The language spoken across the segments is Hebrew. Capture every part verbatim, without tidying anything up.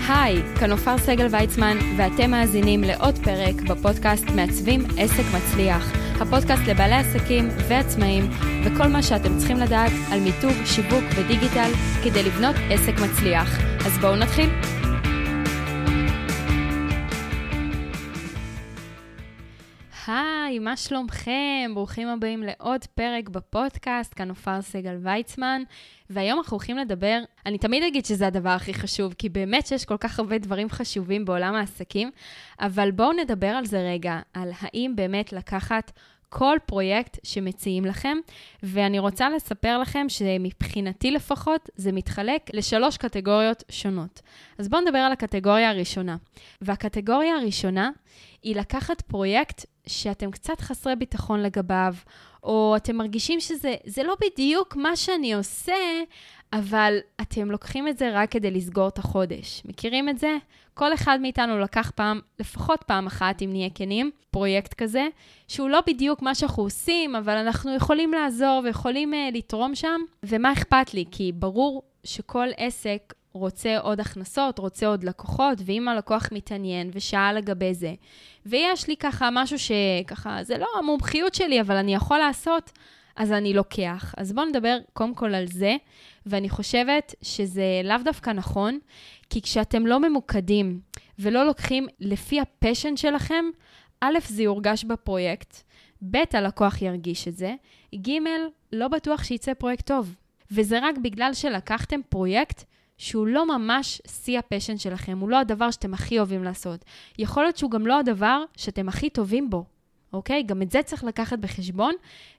היי, כאן אופר סגל ויצמן, ואתם מאזינים לעוד פרק בפודקאסט מעצבים עסק מצליח. הפודקאסט לבעלי עסקים ועצמאים, וכל מה שאתם צריכים לדעת על מיתוג, שיווק ודיגיטל כדי לבנות עסק מצליח. אז בואו נתחיל. היי, מה שלומכם? ברוכים הבאים לעוד פרק בפודקאסט, כאן אופר סגל ויצמן, והיום אנחנו הולכים לדבר, אני תמיד אגיד שזה הדבר הכי חשוב, כי באמת שיש כל כך הרבה דברים חשובים בעולם העסקים, אבל בואו נדבר על זה רגע, על האם באמת לקחת כל פרויקט שמציעים לכם, ואני רוצה לספר לכם שמבחינתי לפחות זה מתחלק לשלוש קטגוריות שונות. אז בואו נדבר על הקטגוריה הראשונה. והקטגוריה הראשונה היא לקחת פרויקט שאתם קצת חסרי ביטחון לגביו, או אתם מרגישים שזה זה לא בדיוק מה שאני עושה, אבל אתם לוקחים את זה רק כדי לסגור את החודש. מכירים את זה? כל אחד מאיתנו לקח פעם, לפחות פעם אחת, אם נהיה כנים, פרויקט כזה, שהוא לא בדיוק מה שאנחנו עושים, אבל אנחנו יכולים לעזור ויכולים uh, לתרום שם. ומה אכפת לי? כי ברור שכל עסק רוצה עוד הכנסות, רוצה עוד לקוחות, ואם הלקוח מתעניין ושאל לגבי זה, ויש לי ככה משהו שככה, זה לא המומחיות שלי, אבל אני יכול לעשות, אז אני לוקח. אז בואו נדבר קודם כל על זה, ואני חושבת שזה לאו דווקא נכון, כי כשאתם לא ממוקדים ולא לוקחים לפי הפשן שלכם, א', זה יורגש בפרויקט, ב', הלקוח ירגיש את זה, ג', לא בטוח שיצא פרויקט טוב. וזה רק בגלל שלקחתם פרויקט שהוא לא ממש שיא הפשן שלכם, הוא לא הדבר שאתם הכי אוהבים לעשות. יכול להיות שהוא גם לא הדבר שאתם הכי טובים בו. אוקיי? גם את זה צריך לקחת בחשבון,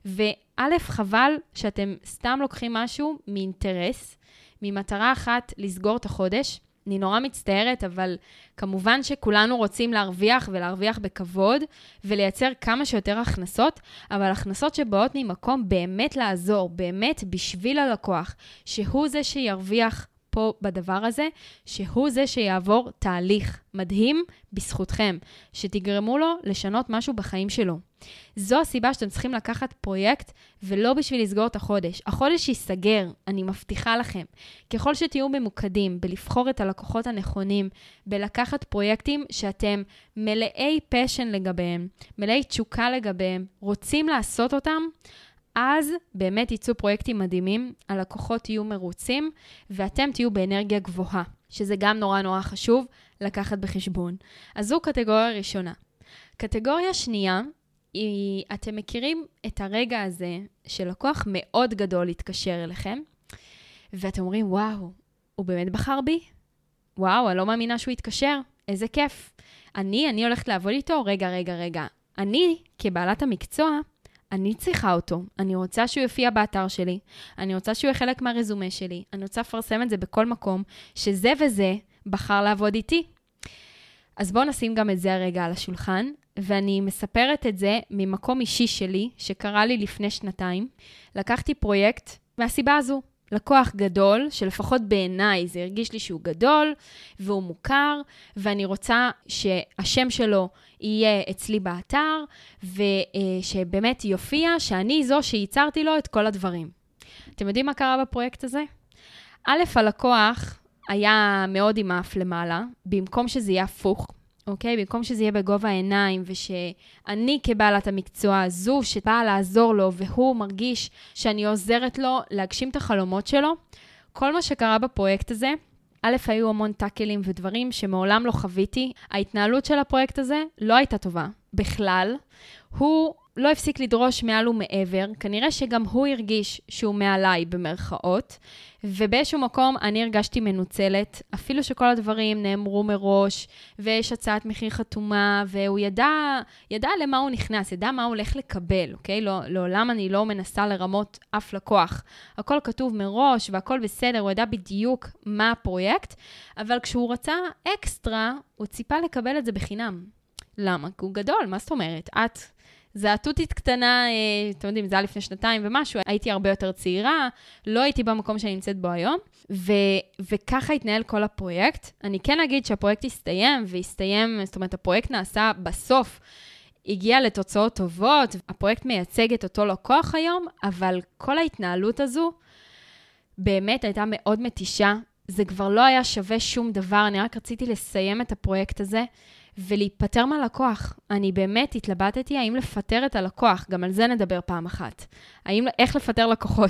וא' חבל שאתם סתם לוקחים משהו מאינטרס, ממטרה אחת לסגור את החודש. אני נורא מצטערת, אבל כמובן שכולנו רוצים להרוויח ולהרוויח בכבוד, ולייצר כמה שיותר הכנסות, אבל הכנסות שבאות ממקום באמת לעזור, באמת בשביל הלקוח, שהוא זה שירוויח פה בדבר הזה, שהוא זה שיעבור תהליך מדהים בזכותכם, שתגרמו לו לשנות משהו בחיים שלו. זו הסיבה שאתם צריכים לקחת פרויקט, ולא בשביל לסגור את החודש. החודש ייסגר, אני מבטיחה לכם. ככל שתהיו ממוקדים בלבחור את הלקוחות הנכונים, בלקחת פרויקטים שאתם מלאי פשן לגביהם, מלאי תשוקה לגביהם, רוצים לעשות אותם, אז באמת ייצאו פרויקטים מדהימים, הלקוחות יהיו מרוצים, ואתם תהיו באנרגיה גבוהה, שזה גם נורא נורא חשוב לקחת בחשבון. אז זו קטגוריה ראשונה. קטגוריה שנייה, היא, אתם מכירים את הרגע הזה, שלקוח מאוד גדול יתקשר אליכם, ואתם אומרים, וואו, הוא באמת בחר בי? וואו, אני לא מאמינה שהוא יתקשר, איזה כיף. אני, אני הולכת לעבוד איתו, רגע, רגע, רגע. אני, כבעלת המקצוע, אני צריכה אותו, אני רוצה שהוא יופיע באתר שלי, אני רוצה שהוא יהיה חלק מהרזומה שלי, אני רוצה לפרסם את זה בכל מקום, שזה וזה בחר לעבוד איתי. אז בואו נשים גם את זה הרגע על השולחן, ואני מספרת את זה ממקום אישי שלי, שקרה לי לפני שנתיים. לקחתי פרויקט מהסיבה הזו, לקוח גדול, שלפחות בעיניי זה הרגיש לי שהוא גדול, והוא מוכר, ואני רוצה שהשם שלו יהיה אצלי באתר, ושבאמת יופיע שאני זו שייצרתי לו את כל הדברים. אתם יודעים מה קרה בפרויקט הזה? א', הלקוח היה מאוד עם האף למעלה, במקום שזה יהיה הפוך, אוקיי? במקום שזה יהיה בגובה העיניים, ושאני כבעלת המקצוע הזו שבאה לעזור לו, והוא מרגיש שאני עוזרת לו להגשים את החלומות שלו, כל מה שקרה בפרויקט הזה, א', היו המון טאקלים ודברים שמעולם לא חוויתי. ההתנהלות של הפרויקט הזה לא הייתה טובה בכלל. הוא לא הפסיק לדרוש מעל ומעבר. כנראה שגם הוא הרגיש שהוא מעליי במרכאות. ובאיזשהו מקום אני הרגשתי מנוצלת. אפילו שכל הדברים נאמרו מראש, ויש הצעת מחיר חתומה, והוא ידע, ידע למה הוא נכנס, ידע מה הוא הולך לקבל, אוקיי? לא, לעולם אני לא מנסה לרמות אף לקוח. הכל כתוב מראש והכל בסדר, הוא ידע בדיוק מה הפרויקט, אבל כשהוא רצה אקסטרה, הוא ציפה לקבל את זה בחינם. למה? כי הוא גדול, מה זאת אומרת? את... זה עתותית קטנה, אתם יודעים, זה היה לפני שנתיים ומשהו, הייתי הרבה יותר צעירה, לא הייתי במקום שאני נמצאת בו היום, ו- וככה התנהל כל הפרויקט. אני כן אגיד שהפרויקט הסתיים, והסתיים, זאת אומרת, הפרויקט נעשה בסוף, הגיע לתוצאות טובות, הפרויקט מייצג את אותו לקוח היום, אבל כל ההתנהלות הזו באמת הייתה מאוד מתישה, זה כבר לא היה שווה שום דבר, אני רק רציתי לסיים את הפרויקט הזה, ולהיפטר מהלקוח. אני באמת התלבטתי האם לפטר את הלקוח, גם על זה נדבר פעם אחת. האם, איך לפטר לקוחות.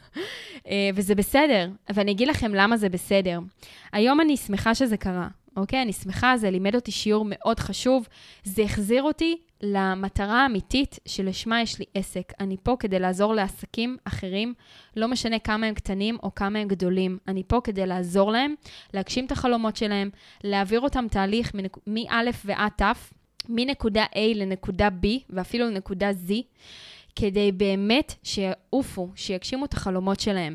וזה בסדר, ואני אגיד לכם למה זה בסדר. היום אני שמחה שזה קרה, אוקיי? אני שמחה, זה לימד אותי שיעור מאוד חשוב, זה החזיר אותי למטרה האמיתית שלשמה יש לי עסק. אני פה כדי לעזור לעסקים אחרים, לא משנה כמה הם קטנים או כמה הם גדולים. אני פה כדי לעזור להם, להגשים את החלומות שלהם, להעביר אותם תהליך מא' ועד ת', מנקודה A לנקודה B ואפילו לנקודה Z, כדי באמת שיעופו, שיגשימו את החלומות שלהם.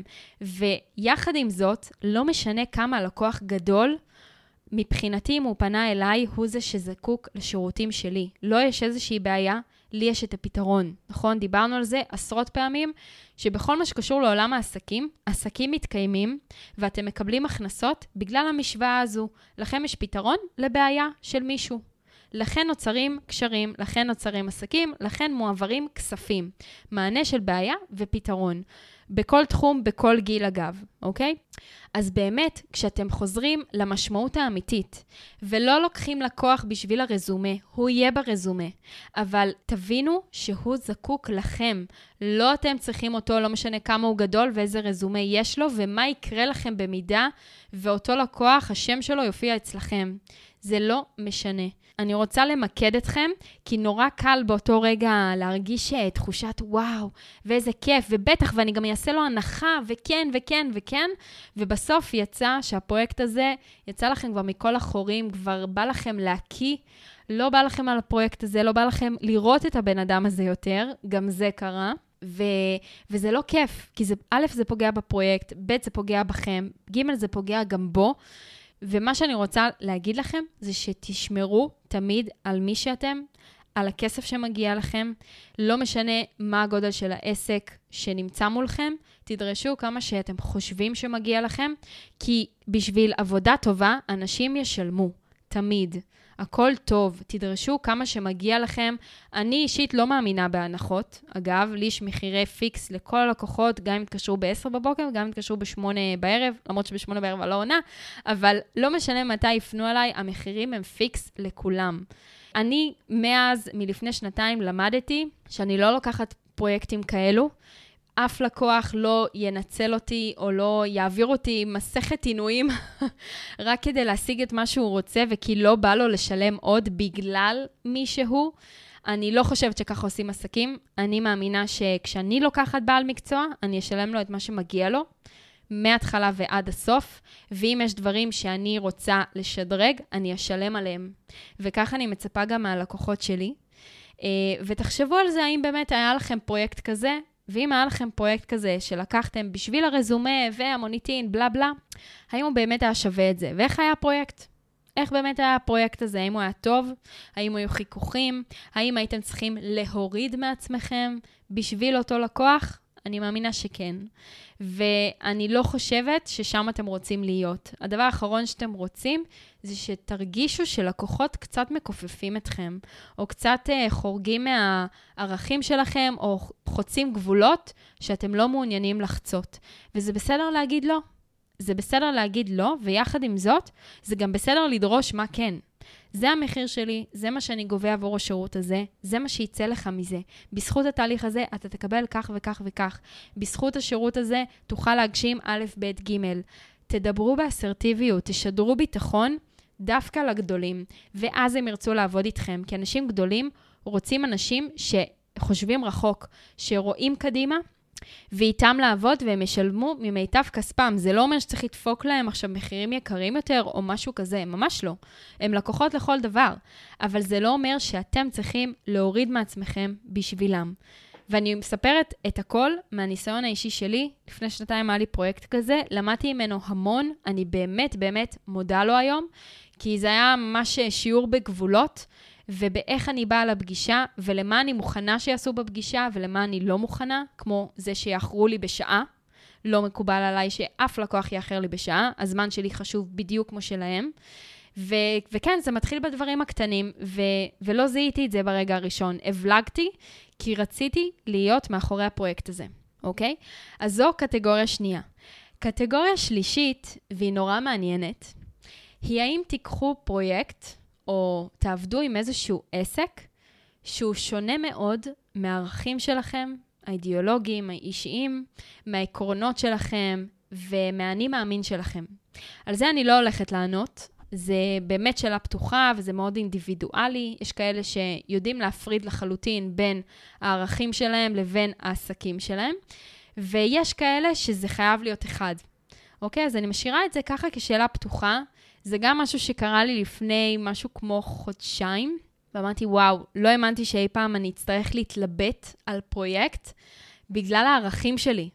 ויחד עם זאת, לא משנה כמה הלקוח גדול, מבחינתי אם הוא פנה אליי, הוא זה שזקוק לשירותים שלי. לא יש איזושהי בעיה, לי יש את הפתרון. נכון? דיברנו על זה עשרות פעמים, שבכל מה שקשור לעולם העסקים, עסקים מתקיימים, ואתם מקבלים הכנסות בגלל המשוואה הזו. לכם יש פתרון לבעיה של מישהו. לכן נוצרים קשרים, לכן נוצרים עסקים, לכן מועברים כספים. מענה של בעיה ופתרון. בכל תחום, בכל גיל אגב, אוקיי? אז באמת, כשאתם חוזרים למשמעות האמיתית, ולא לוקחים לקוח בשביל הרזומה, הוא יהיה ברזומה, אבל תבינו שהוא זקוק לכם. לא אתם צריכים אותו, לא משנה כמה הוא גדול ואיזה רזומה יש לו, ומה יקרה לכם במידה, ואותו לקוח, השם שלו יופיע אצלכם. זה לא משנה. אני רוצה למקד אתכם, כי נורא קל באותו רגע להרגיש תחושת וואו, ואיזה כיף, ובטח, ואני גם אעשה לו הנחה, וכן, וכן, וכן, ובסוף יצא שהפרויקט הזה, יצא לכם כבר מכל החורים, כבר בא לכם להקיא, לא בא לכם על הפרויקט הזה, לא בא לכם לראות את הבן אדם הזה יותר, גם זה קרה, ו... וזה לא כיף, כי זה, א', זה פוגע בפרויקט, ב', זה פוגע בכם, ג', זה פוגע גם בו, ומה שאני רוצה להגיד לכם, זה שתשמרו תמיד על מי שאתם, על הכסף שמגיע לכם, לא משנה מה הגודל של העסק שנמצא מולכם, תדרשו כמה שאתם חושבים שמגיע לכם, כי בשביל עבודה טובה, אנשים ישלמו, תמיד. הכל טוב, תדרשו כמה שמגיע לכם. אני אישית לא מאמינה בהנחות. אגב, לי יש מחירי פיקס לכל הלקוחות, גם אם תקשרו ב-עשר בבוקר, גם אם תקשרו ב-שמונה בערב, למרות שב-שמונה בערב אני לא עונה, אבל לא משנה מתי יפנו עליי, המחירים הם פיקס לכולם. אני מאז, מלפני שנתיים, למדתי שאני לא לוקחת פרויקטים כאלו, אף לקוח לא ינצל אותי או לא יעביר אותי מסכת עינויים רק כדי להשיג את מה שהוא רוצה וכי לא בא לו לשלם עוד בגלל מישהו. אני לא חושבת שככה עושים עסקים. אני מאמינה שכשאני לוקחת בעל מקצוע, אני אשלם לו את מה שמגיע לו, מההתחלה ועד הסוף, ואם יש דברים שאני רוצה לשדרג, אני אשלם עליהם. וככה אני מצפה גם מהלקוחות שלי. ותחשבו על זה, האם באמת היה לכם פרויקט כזה, ואם היה לכם פרויקט כזה שלקחתם בשביל הרזומה והמוניטין, בלה בלה, האם הוא באמת היה שווה את זה? ואיך היה הפרויקט? איך באמת היה הפרויקט הזה? האם הוא היה טוב? האם הוא היו חיכוכים? האם הייתם צריכים להוריד מעצמכם בשביל אותו לקוח? אני מאמינה שכן. ואני לא חושבת ששם אתם רוצים להיות. הדבר האחרון שאתם רוצים זה שתרגישו שלקוחות קצת מכופפים אתכם, או קצת חורגים מהערכים שלכם, או חוצים גבולות שאתם לא מעוניינים לחצות. וזה בסדר להגיד לא. זה בסדר להגיד לא, ויחד עם זאת, זה גם בסדר לדרוש מה כן. זה המחיר שלי, זה מה שאני גובה עבור השירות הזה, זה מה שיצא לך מזה. בזכות התהליך הזה אתה תקבל כך וכך וכך. בזכות השירות הזה תוכל להגשים א', ב', ג'. תדברו באסרטיביות, תשדרו ביטחון דווקא לגדולים, ואז הם ירצו לעבוד איתכם, כי אנשים גדולים רוצים אנשים שחושבים רחוק, שרואים קדימה, ואיתם לעבוד והם ישלמו ממיטב כספם. זה לא אומר שצריך לדפוק להם עכשיו מחירים יקרים יותר או משהו כזה, ממש לא. הם לקוחות לכל דבר, אבל זה לא אומר שאתם צריכים להוריד מעצמכם בשבילם. ואני מספרת את הכל מהניסיון האישי שלי. לפני שנתיים היה לי פרויקט כזה, למדתי ממנו המון, אני באמת באמת מודה לו היום, כי זה היה ממש שיעור בגבולות, ובאיך אני באה לפגישה, ולמה אני מוכנה שיעשו בפגישה, ולמה אני לא מוכנה, כמו זה שיאחרו לי בשעה. לא מקובל עליי שאף לקוח יאחר לי בשעה, הזמן שלי חשוב בדיוק כמו שלהם. ו- וכן, זה מתחיל בדברים הקטנים, ו- ולא זיהיתי את זה ברגע הראשון. הבלגתי, כי רציתי להיות מאחורי הפרויקט הזה, אוקיי? אז זו קטגוריה שנייה. קטגוריה שלישית, והיא נורא מעניינת, היא האם תיקחו פרויקט או תעבדו עם איזשהו עסק שהוא שונה מאוד מהערכים שלכם, האידיאולוגיים, האישיים, מהעקרונות שלכם ומהאני מאמין שלכם. על זה אני לא הולכת לענות. זה באמת שאלה פתוחה וזה מאוד אינדיבידואלי. יש כאלה שיודעים להפריד לחלוטין בין הערכים שלהם לבין העסקים שלהם. ויש כאלה שזה חייב להיות אחד. אוקיי? אז אני משאירה את זה ככה כשאלה פתוחה. זה גם משהו שקרה לי לפני משהו כמו חודשיים. ואמרתי, וואו, לא האמנתי שאי פעם אני אצטרך להתלבט על פרויקט בגלל הערכים שלי.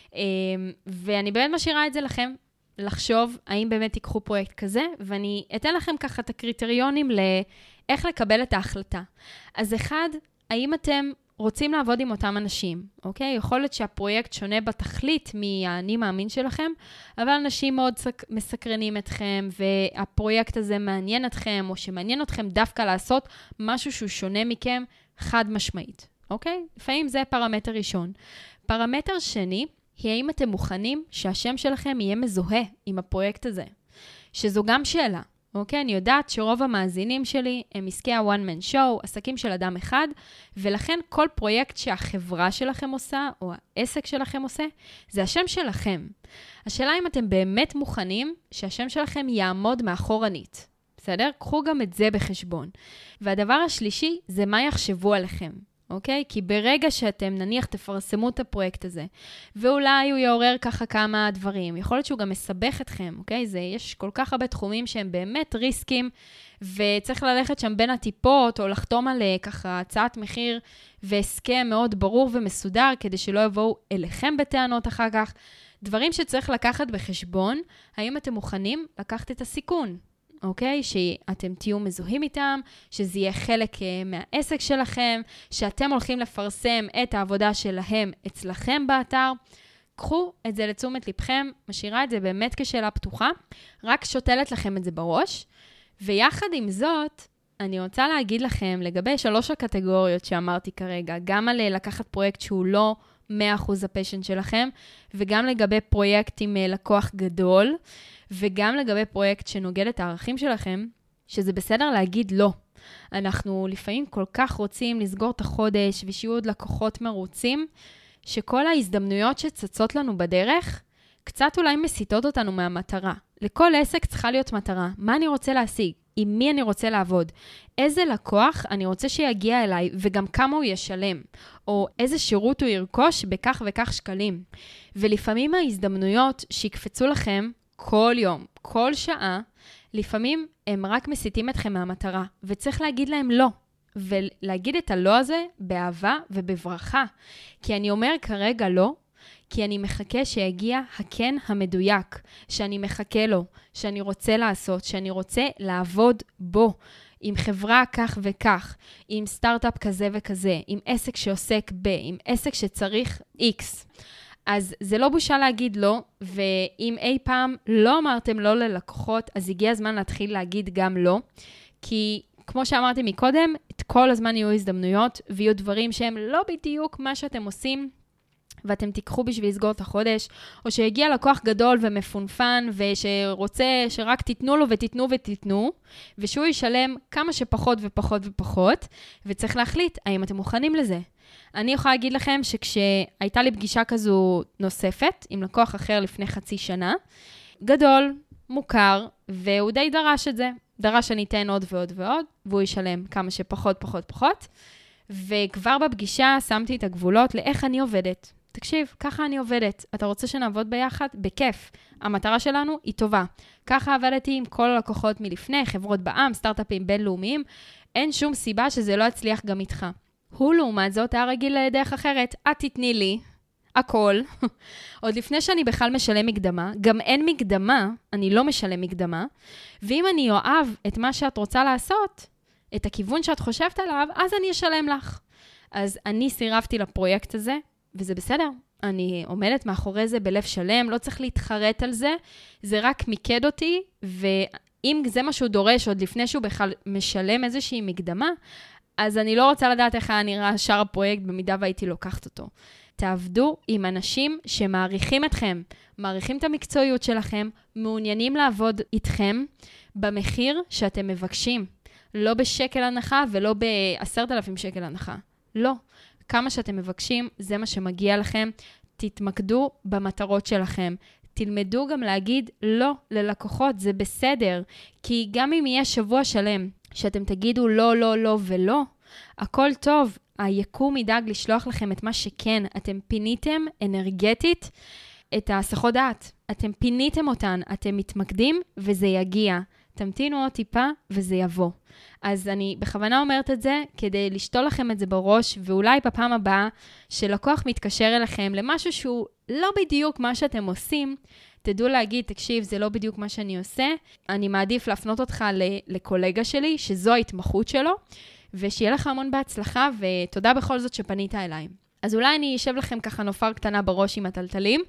ואני באמת משאירה את זה לכם, לחשוב האם באמת תיקחו פרויקט כזה, ואני אתן לכם ככה את הקריטריונים לאיך לקבל את ההחלטה. אז אחד, האם אתם רוצים לעבוד עם אותם אנשים, אוקיי? יכול להיות שהפרויקט שונה בתכלית מהאני מאמין שלכם, אבל אנשים מאוד מסקרנים אתכם, והפרויקט הזה מעניין אתכם, או שמעניין אתכם דווקא לעשות משהו שהוא שונה מכם חד משמעית, אוקיי? לפעמים זה פרמטר ראשון. פרמטר שני, היא האם אתם מוכנים שהשם שלכם יהיה מזוהה עם הפרויקט הזה, שזו גם שאלה. אוקיי, אני יודעת שרוב המאזינים שלי הם עסקי ה-one man show, עסקים של אדם אחד, ולכן כל פרויקט שהחברה שלכם עושה, או העסק שלכם עושה, זה השם שלכם. השאלה אם אתם באמת מוכנים שהשם שלכם יעמוד מאחורנית. בסדר? קחו גם את זה בחשבון. והדבר השלישי זה מה יחשבו עליכם. אוקיי? כי ברגע שאתם נניח תפרסמו את הפרויקט הזה, ואולי הוא יעורר ככה כמה דברים, יכול להיות שהוא גם מסבך אתכם, אוקיי? זה, יש כל כך הרבה תחומים שהם באמת ריסקים, וצריך ללכת שם בין הטיפות, או לחתום על ככה הצעת מחיר, והסכם מאוד ברור ומסודר, כדי שלא יבואו אליכם בטענות אחר כך. דברים שצריך לקחת בחשבון, האם אתם מוכנים לקחת את הסיכון? אוקיי? שאתם תהיו מזוהים איתם, שזה יהיה חלק מהעסק שלכם, שאתם הולכים לפרסם את העבודה שלהם אצלכם באתר. קחו את זה לתשומת לבכם, משאירה את זה באמת כשאלה פתוחה, רק שותלת לכם את זה בראש. ויחד עם זאת, אני רוצה להגיד לכם לגבי שלוש הקטגוריות שאמרתי כרגע, גם על לקחת פרויקט שהוא לא מאה אחוז הפשן שלכם, וגם לגבי פרויקט עם לקוח גדול, וגם לגבי פרויקט שנוגד את הערכים שלכם, שזה בסדר להגיד לא. אנחנו לפעמים כל כך רוצים לסגור את החודש, ושיהיו עוד לקוחות מרוצים, שכל ההזדמנויות שצצות לנו בדרך, קצת אולי מסיטות אותנו מהמטרה. לכל עסק צריכה להיות מטרה. מה אני רוצה להשיג? עם מי אני רוצה לעבוד? איזה לקוח אני רוצה שיגיע אליי, וגם כמה הוא ישלם? או איזה שירות הוא ירכוש בכך וכך שקלים? ולפעמים ההזדמנויות שיקפצו לכם כל יום, כל שעה, לפעמים הם רק מסיטים אתכם מהמטרה, וצריך להגיד להם לא. ולהגיד את הלא הזה באהבה ובברכה. כי אני אומר כרגע לא, כי אני מחכה שיגיע הכן המדויק, שאני מחכה לו, שאני רוצה לעשות, שאני רוצה לעבוד בו, עם חברה כך וכך, עם סטארט-אפ כזה וכזה, עם עסק שעוסק ב, עם עסק שצריך X. אז זה לא בושה להגיד לא, ואם אי פעם לא אמרתם לא ללקוחות, אז הגיע הזמן להתחיל להגיד גם לא, כי כמו שאמרתי מקודם, את כל הזמן יהיו הזדמנויות, ויהיו דברים שהם לא בדיוק מה שאתם עושים, ואתם תיקחו בשביל לסגור את החודש, או שהגיע לקוח גדול ומפונפן, ושרוצה שרק תיתנו לו ותיתנו ותיתנו, ושהוא ישלם כמה שפחות ופחות ופחות, וצריך להחליט האם אתם מוכנים לזה. אני יכולה להגיד לכם שכשהייתה לי פגישה כזו נוספת, עם לקוח אחר לפני חצי שנה, גדול, מוכר, והוא די דרש את זה. דרש שאני אתן עוד ועוד ועוד, והוא ישלם כמה שפחות פחות פחות, וכבר בפגישה שמתי את הגבולות לאיך אני עובדת. תקשיב, ככה אני עובדת. אתה רוצה שנעבוד ביחד? בכיף. המטרה שלנו היא טובה. ככה עבדתי עם כל הלקוחות מלפני, חברות בעם, סטארט-אפים בינלאומיים. אין שום סיבה שזה לא יצליח גם איתך. הוא לעומת זאת היה רגיל לדרך אחרת. את תתני לי הכל. עוד לפני שאני בכלל משלם מקדמה, גם אין מקדמה, אני לא משלם מקדמה. ואם אני אוהב את מה שאת רוצה לעשות, את הכיוון שאת חושבת עליו, אז אני אשלם לך. אז אני סירבתי לפרויקט הזה, וזה בסדר. אני עומדת מאחורי זה בלב שלם, לא צריך להתחרט על זה, זה רק מיקד אותי, ואם זה מה שהוא דורש, עוד לפני שהוא בכלל משלם איזושהי מקדמה, אז אני לא רוצה לדעת איך היה נראה שאר הפרויקט, במידה והייתי לוקחת אותו. תעבדו עם אנשים שמעריכים אתכם, מעריכים את המקצועיות שלכם, מעוניינים לעבוד איתכם במחיר שאתם מבקשים. לא בשקל הנחה ולא בעשרת אלפים שקל הנחה. לא. כמה שאתם מבקשים, זה מה שמגיע לכם. תתמקדו במטרות שלכם. תלמדו גם להגיד לא ללקוחות, זה בסדר. כי גם אם יהיה שבוע שלם שאתם תגידו לא, לא, לא ולא, הכל טוב. היקום ידאג לשלוח לכם את מה שכן. אתם פיניתם אנרגטית את ההסחות דעת. אתם פיניתם אותן, אתם מתמקדים וזה יגיע. תמתינו עוד טיפה וזה יבוא. אז אני בכוונה אומרת את זה כדי לשתול לכם את זה בראש, ואולי בפעם הבאה שלקוח מתקשר אליכם למשהו שהוא לא בדיוק מה שאתם עושים, תדעו להגיד, תקשיב, זה לא בדיוק מה שאני עושה, אני מעדיף להפנות אותך לקולגה שלי, שזו ההתמחות שלו, ושיהיה לך המון בהצלחה, ותודה בכל זאת שפנית אליי. אז אולי אני אשב לכם ככה נופר קטנה בראש עם הטלטלים,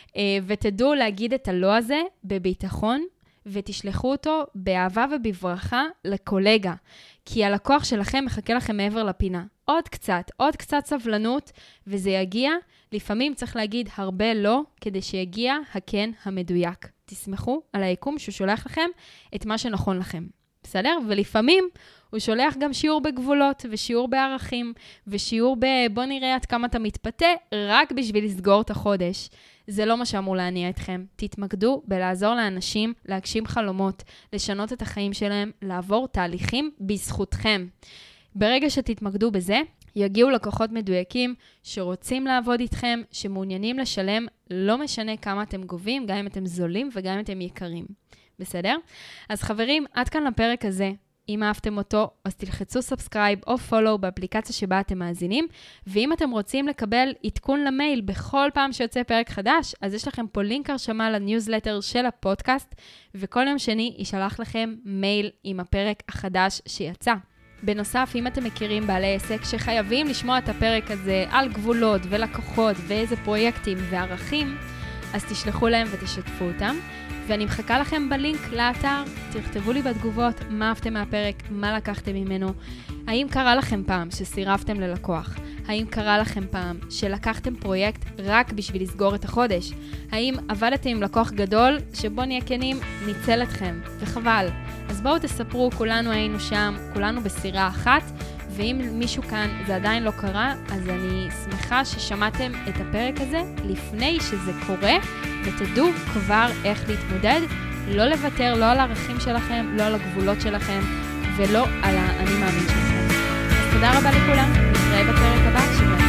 ותדעו להגיד את הלא הזה בביטחון, ותשלחו אותו באהבה ובברכה לקולגה, כי הלקוח שלכם מחכה לכם מעבר לפינה. עוד קצת, עוד קצת סבלנות, וזה יגיע. לפעמים צריך להגיד הרבה לא, כדי שיגיע הכן המדויק. תסמכו על היקום שהוא שולח לכם את מה שנכון לכם. בסדר? ולפעמים הוא שולח גם שיעור בגבולות, ושיעור בערכים, ושיעור ב... בוא נראה עד כמה אתה מתפתה, רק בשביל לסגור את החודש. זה לא מה שאמור להניע אתכם. תתמקדו בלעזור לאנשים להגשים חלומות, לשנות את החיים שלהם, לעבור תהליכים בזכותכם. ברגע שתתמקדו בזה, יגיעו לקוחות מדויקים שרוצים לעבוד איתכם, שמעוניינים לשלם, לא משנה כמה אתם גובים, גם אם אתם זולים וגם אם אתם יקרים. בסדר? אז חברים, עד כאן לפרק הזה. אם אהבתם אותו, אז תלחצו סאבסקרייב או פולו באפליקציה שבה אתם מאזינים, ואם אתם רוצים לקבל עדכון למייל בכל פעם שיוצא פרק חדש, אז יש לכם פה לינק הרשמה לניוזלטר של הפודקאסט, וכל יום שני יישלח לכם מייל עם הפרק החדש שיצא. בנוסף, אם אתם מכירים בעלי עסק שחייבים לשמוע את הפרק הזה על גבולות ולקוחות ואיזה פרויקטים וערכים, אז תשלחו להם ותשתפו אותם. ואני מחכה לכם בלינק לאתר, תכתבו לי בתגובות מה אהבתם מהפרק, מה לקחתם ממנו. האם קרה לכם פעם שסירבתם ללקוח? האם קרה לכם פעם שלקחתם פרויקט רק בשביל לסגור את החודש? האם עבדתם עם לקוח גדול שבו נהיה כנים ניצל אתכם? וחבל. אז בואו תספרו, כולנו היינו שם, כולנו בסירה אחת, ואם מישהו כאן זה עדיין לא קרה, אז אני שמחה ששמעתם את הפרק הזה לפני שזה קורה, ותדעו כבר איך להתמודד, לא לוותר לא על הערכים שלכם, לא על הגבולות שלכם, ולא על האני מאמין שלכם. אז תודה רבה לכולם, נתראה בפרק הבא.